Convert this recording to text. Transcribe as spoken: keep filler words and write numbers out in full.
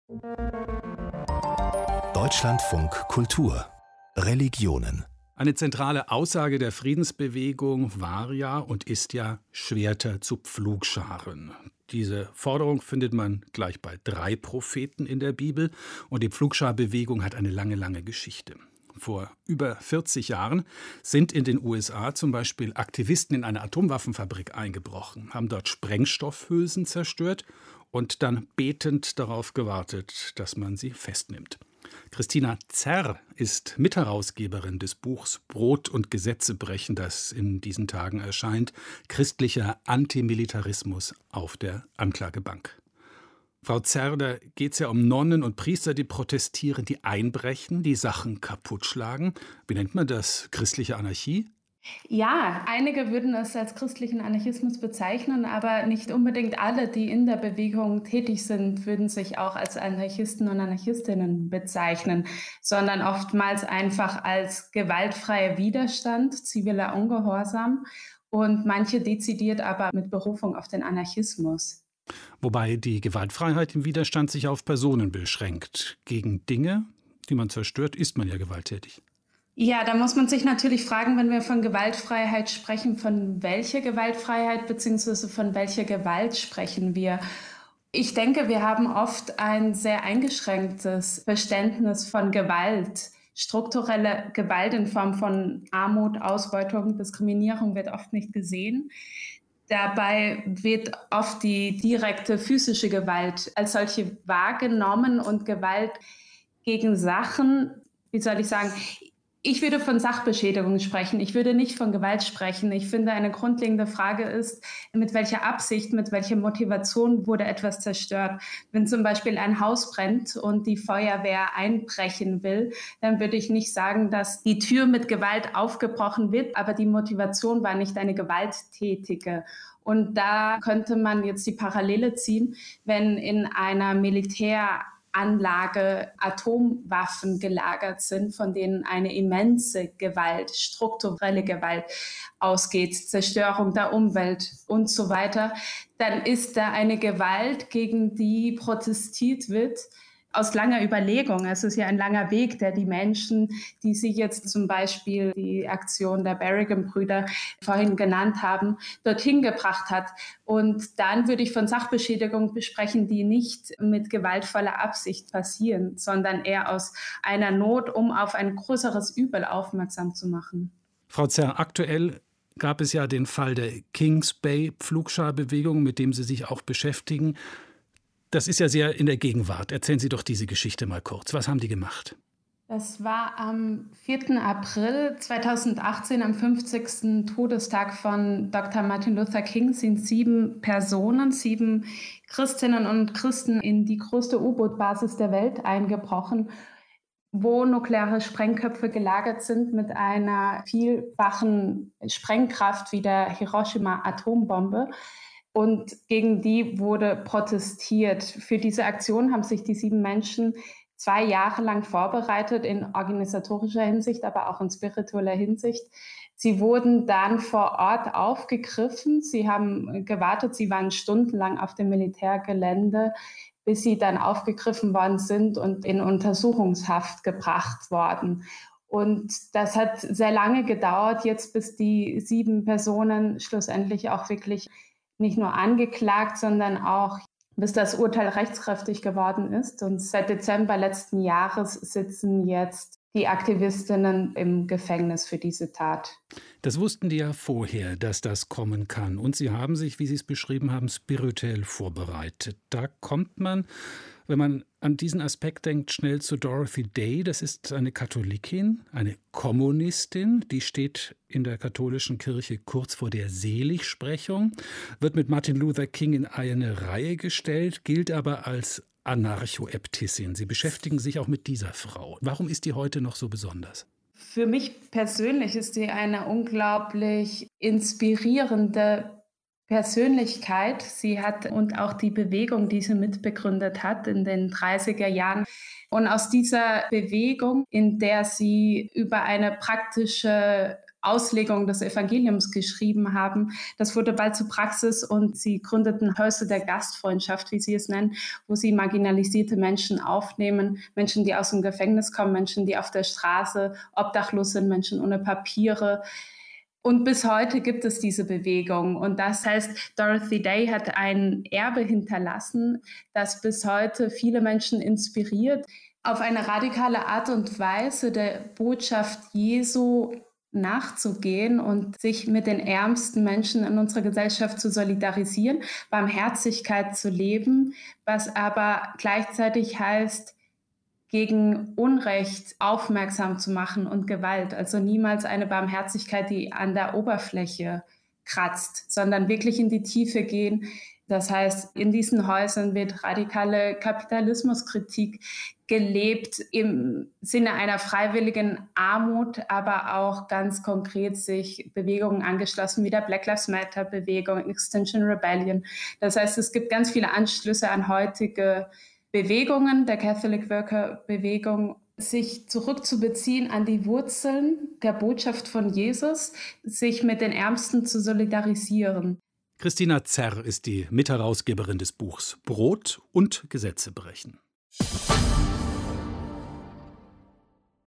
Deutschlandfunk Kultur Religionen. Eine zentrale Aussage der Friedensbewegung war ja und ist ja Schwerter zu Pflugscharen. Diese Forderung findet man gleich bei drei Propheten in der Bibel und die Pflugscharbewegung hat eine lange, lange Geschichte. Vor über vierzig Jahren sind in den U S A zum Beispiel Aktivisten in eine Atomwaffenfabrik eingebrochen, haben dort Sprengstoffhülsen zerstört und dann betend darauf gewartet, dass man sie festnimmt. Christina Zerr ist Mitherausgeberin des Buchs Brot und Gesetze brechen, das in diesen Tagen erscheint, christlicher Antimilitarismus auf der Anklagebank. Frau Zerr, da geht es ja um Nonnen und Priester, die protestieren, die einbrechen, die Sachen kaputt schlagen. Wie nennt man das? Christliche Anarchie? Ja, einige würden es als christlichen Anarchismus bezeichnen, aber nicht unbedingt alle, die in der Bewegung tätig sind, würden sich auch als Anarchisten und Anarchistinnen bezeichnen, sondern oftmals einfach als gewaltfreier Widerstand, ziviler Ungehorsam und manche dezidiert aber mit Berufung auf den Anarchismus. Wobei die Gewaltfreiheit im Widerstand sich auf Personen beschränkt. Gegen Dinge, die man zerstört, ist man ja gewalttätig. Ja, da muss man sich natürlich fragen, wenn wir von Gewaltfreiheit sprechen, von welcher Gewaltfreiheit bzw. von welcher Gewalt sprechen wir. Ich denke, wir haben oft ein sehr eingeschränktes Verständnis von Gewalt. Strukturelle Gewalt in Form von Armut, Ausbeutung, Diskriminierung wird oft nicht gesehen. Dabei wird oft die direkte physische Gewalt als solche wahrgenommen und Gewalt gegen Sachen, wie soll ich sagen, ich würde von Sachbeschädigung sprechen, ich würde nicht von Gewalt sprechen. Ich finde, eine grundlegende Frage ist, mit welcher Absicht, mit welcher Motivation wurde etwas zerstört. Wenn zum Beispiel ein Haus brennt und die Feuerwehr einbrechen will, dann würde ich nicht sagen, dass die Tür mit Gewalt aufgebrochen wird, aber die Motivation war nicht eine gewalttätige. Und da könnte man jetzt die Parallele ziehen, wenn in einer Militär Anlage Atomwaffen gelagert sind, von denen eine immense Gewalt, strukturelle Gewalt ausgeht, Zerstörung der Umwelt und so weiter, dann ist da eine Gewalt, gegen die protestiert wird, aus langer Überlegung. Es ist ja ein langer Weg, der die Menschen, die Sie jetzt zum Beispiel die Aktion der Berrigan-Brüder vorhin genannt haben, dorthin gebracht hat. Und dann würde ich von Sachbeschädigung besprechen, die nicht mit gewaltvoller Absicht passieren, sondern eher aus einer Not, um auf ein größeres Übel aufmerksam zu machen. Frau Zerr, aktuell gab es ja den Fall der Kings Bay Pflugscharbewegung, mit dem Sie sich auch beschäftigen. Das ist ja sehr in der Gegenwart. Erzählen Sie doch diese Geschichte mal kurz. Was haben die gemacht? Das war am vierten April zweitausendachtzehn, am fünfzigsten Todestag von Doktor Martin Luther King, sind sieben Personen, sieben Christinnen und Christen in die größte U-Boot-Basis der Welt eingebrochen, wo nukleare Sprengköpfe gelagert sind mit einer vielfachen Sprengkraft wie der Hiroshima-Atombombe. Und gegen die wurde protestiert. Für diese Aktion haben sich die sieben Menschen zwei Jahre lang vorbereitet, in organisatorischer Hinsicht, aber auch in spiritueller Hinsicht. Sie wurden dann vor Ort aufgegriffen. Sie haben gewartet, sie waren stundenlang auf dem Militärgelände, bis sie dann aufgegriffen worden sind und in Untersuchungshaft gebracht worden. Und das hat sehr lange gedauert, jetzt bis die sieben Personen schlussendlich auch wirklich nicht nur angeklagt, sondern auch bis das Urteil rechtskräftig geworden ist. Und seit Dezember letzten Jahres sitzen jetzt die Aktivistinnen im Gefängnis für diese Tat. Das wussten die ja vorher, dass das kommen kann. Und sie haben sich, wie Sie es beschrieben haben, spirituell vorbereitet. Da kommt man, wenn man an diesen Aspekt denkt, schnell zu Dorothy Day. Das ist eine Katholikin, eine Kommunistin, die steht in der katholischen Kirche kurz vor der Seligsprechung, wird mit Martin Luther King in eine Reihe gestellt, gilt aber als Anarcho-Äbtissin. Sie beschäftigen sich auch mit dieser Frau. Warum ist die heute noch so besonders? Für mich persönlich ist sie eine unglaublich inspirierende Persönlichkeit. Sie hat und auch die Bewegung, die sie mitbegründet hat in den dreißiger Jahren. Und aus dieser Bewegung, in der sie über eine praktische Auslegung des Evangeliums geschrieben haben. Das wurde bald zur Praxis und sie gründeten Häuser der Gastfreundschaft, wie sie es nennen, wo sie marginalisierte Menschen aufnehmen, Menschen, die aus dem Gefängnis kommen, Menschen, die auf der Straße obdachlos sind, Menschen ohne Papiere. Und bis heute gibt es diese Bewegung. Und das heißt, Dorothy Day hat ein Erbe hinterlassen, das bis heute viele Menschen inspiriert, auf eine radikale Art und Weise der Botschaft Jesu nachzugehen und sich mit den ärmsten Menschen in unserer Gesellschaft zu solidarisieren, Barmherzigkeit zu leben, was aber gleichzeitig heißt, gegen Unrecht aufmerksam zu machen und Gewalt. Also niemals eine Barmherzigkeit, die an der Oberfläche kratzt, sondern wirklich in die Tiefe gehen. Das heißt, in diesen Häusern wird radikale Kapitalismuskritik gelebt im Sinne einer freiwilligen Armut, aber auch ganz konkret sich Bewegungen angeschlossen wie der Black Lives Matter Bewegung, Extinction Rebellion. Das heißt, es gibt ganz viele Anschlüsse an heutige Bewegungen der Catholic Worker Bewegung, sich zurückzubeziehen an die Wurzeln der Botschaft von Jesus, sich mit den Ärmsten zu solidarisieren. Christina Zerr ist die Mitherausgeberin des Buchs Brot und Gesetze brechen.